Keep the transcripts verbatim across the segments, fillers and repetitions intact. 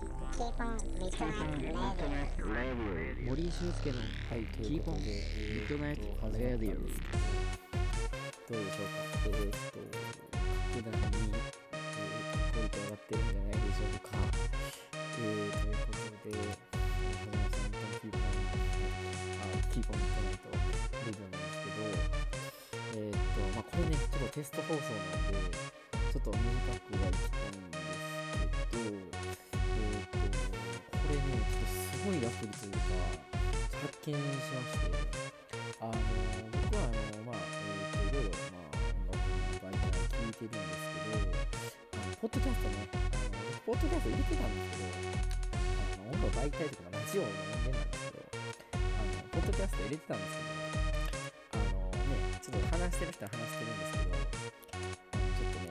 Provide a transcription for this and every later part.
森井俊介のキーポンミッドナイトレディオ。どうでしょうか。えー、っと格段に、えー、クオリティ上がってるんじゃないでしょうか。えー、ということで、はじめさんとキーポンあキーポンミッドナイトレディオなんですけど、えー、っとまあこれねちょっとテスト放送なんでちょっと短くはいきたいんですけど、えー、っとこれねちょっとすごいアプリというか発見しまして、あの僕はあのまあえー、っといろいろまあ音楽の媒体聞いてるんですけど、あのポッドキャストね、あのポッドキャスト入れてたんですけど、あの音楽媒体とかラジオの音源なんですけど、あのポッドキャスト入れてたんですけど、あのねちょっと話してる人は話してるんですけど、ちょっとね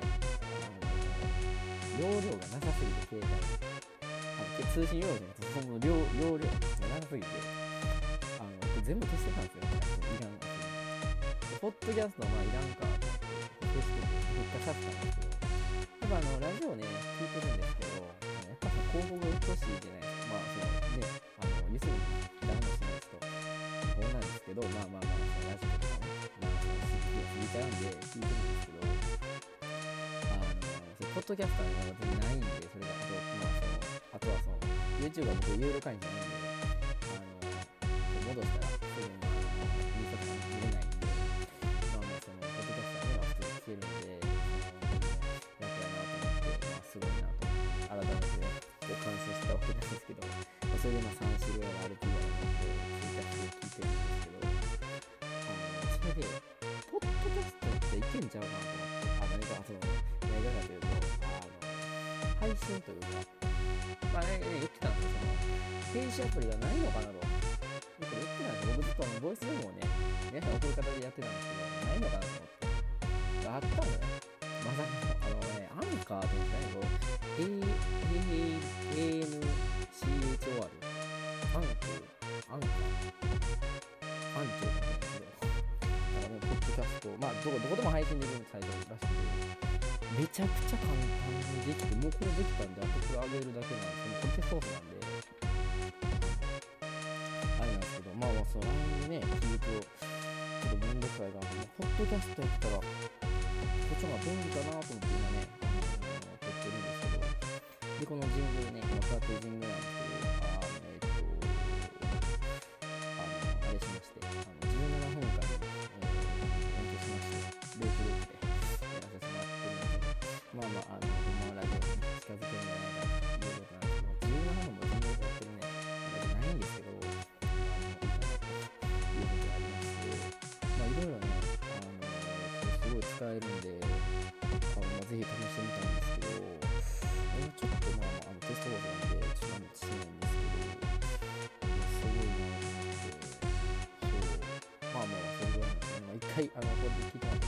あの容量がなさすぎて携帯あの通信容量じゃなくてその容容量がなさすぎて、あの全部消してたんですよ。いらんかポッドキャストのまあいらんか消して復活させたんですけど、やっぱあのラジオね聞いてるんですけど、あのやっぱその広告がうっとうしいじゃないですか。まあそのねあの要するにダウンロードしない人そうなんですけど、まあまあまあそのラジオとかね、まあその好きで聞いちゃうんで聞いてるんですけど、あのそのポッドキャスターが別にないんで、それがあとまあそのあとはその YouTube は僕有料会員じゃないんで、あの戻したらすぐにいいとか見れないんで、まあまあそのポッドキャスターには普通に聞けるんで、楽やなと思って、まあすごいなと改めてこう感想したわけなんですけど、まあ、それでまあさん種類ある アールティー やなってツイッターで聞いてるんですけど、あのそれでポッドキャストっていけんちゃうかなと思って、あ何かその何がかというと、あの配信というか、まあね言ってたんですよ。その編集アプリがないのかなと。これ言ってたんですよ。僕ずっとあのボイスメモをね、皆さん送る形でやってたんですけど、ないのかなと思って。あったんだね。まさかの、あのね、アンカーって言うんですかね、エーエヌシーエイチオーアール。アンコー、アンカー、アンチョーなんですけど、だからね、ポッドキャスト、まあどこ、どこでも配信できるサイトらしくて、めちゃくちゃ簡単にできて、もうこれできたんで、あとこれ上げるだけなんですけど、コンテストソースなんで、あれなんですけど、まあまあその ライン でね、聞いると、ちょっとめんどくさいから、ポッドキャストやったら、こっちの方が便利かなと思って今ね、あのー、撮ってるんですけど、で、このジングルね、今使ってるジングルなんですけど、あの、えっと、あの、あれしまして、あの、じゅうななふんかんで、えー、延長しまして、ループループでやらせてもらってるので、まあまあ、あの、まあ、ラジオに近づけるんじゃないかということなんですけど、じゅうななふんもジングルやってるね、あれじゃないんですけど、いうことがあります。まあ、いろいろね、あの、これすごい使えるんで、あの、まあ、ぜひ試してみたいんですけど、今ちょっとまあ、あのテスト放送なんで、ちょっと何もしてないんですけど、すごいなと思って、そう、まあまあ、それぐらいなんですね。まあ、一回、あの、これで聞いてもらっ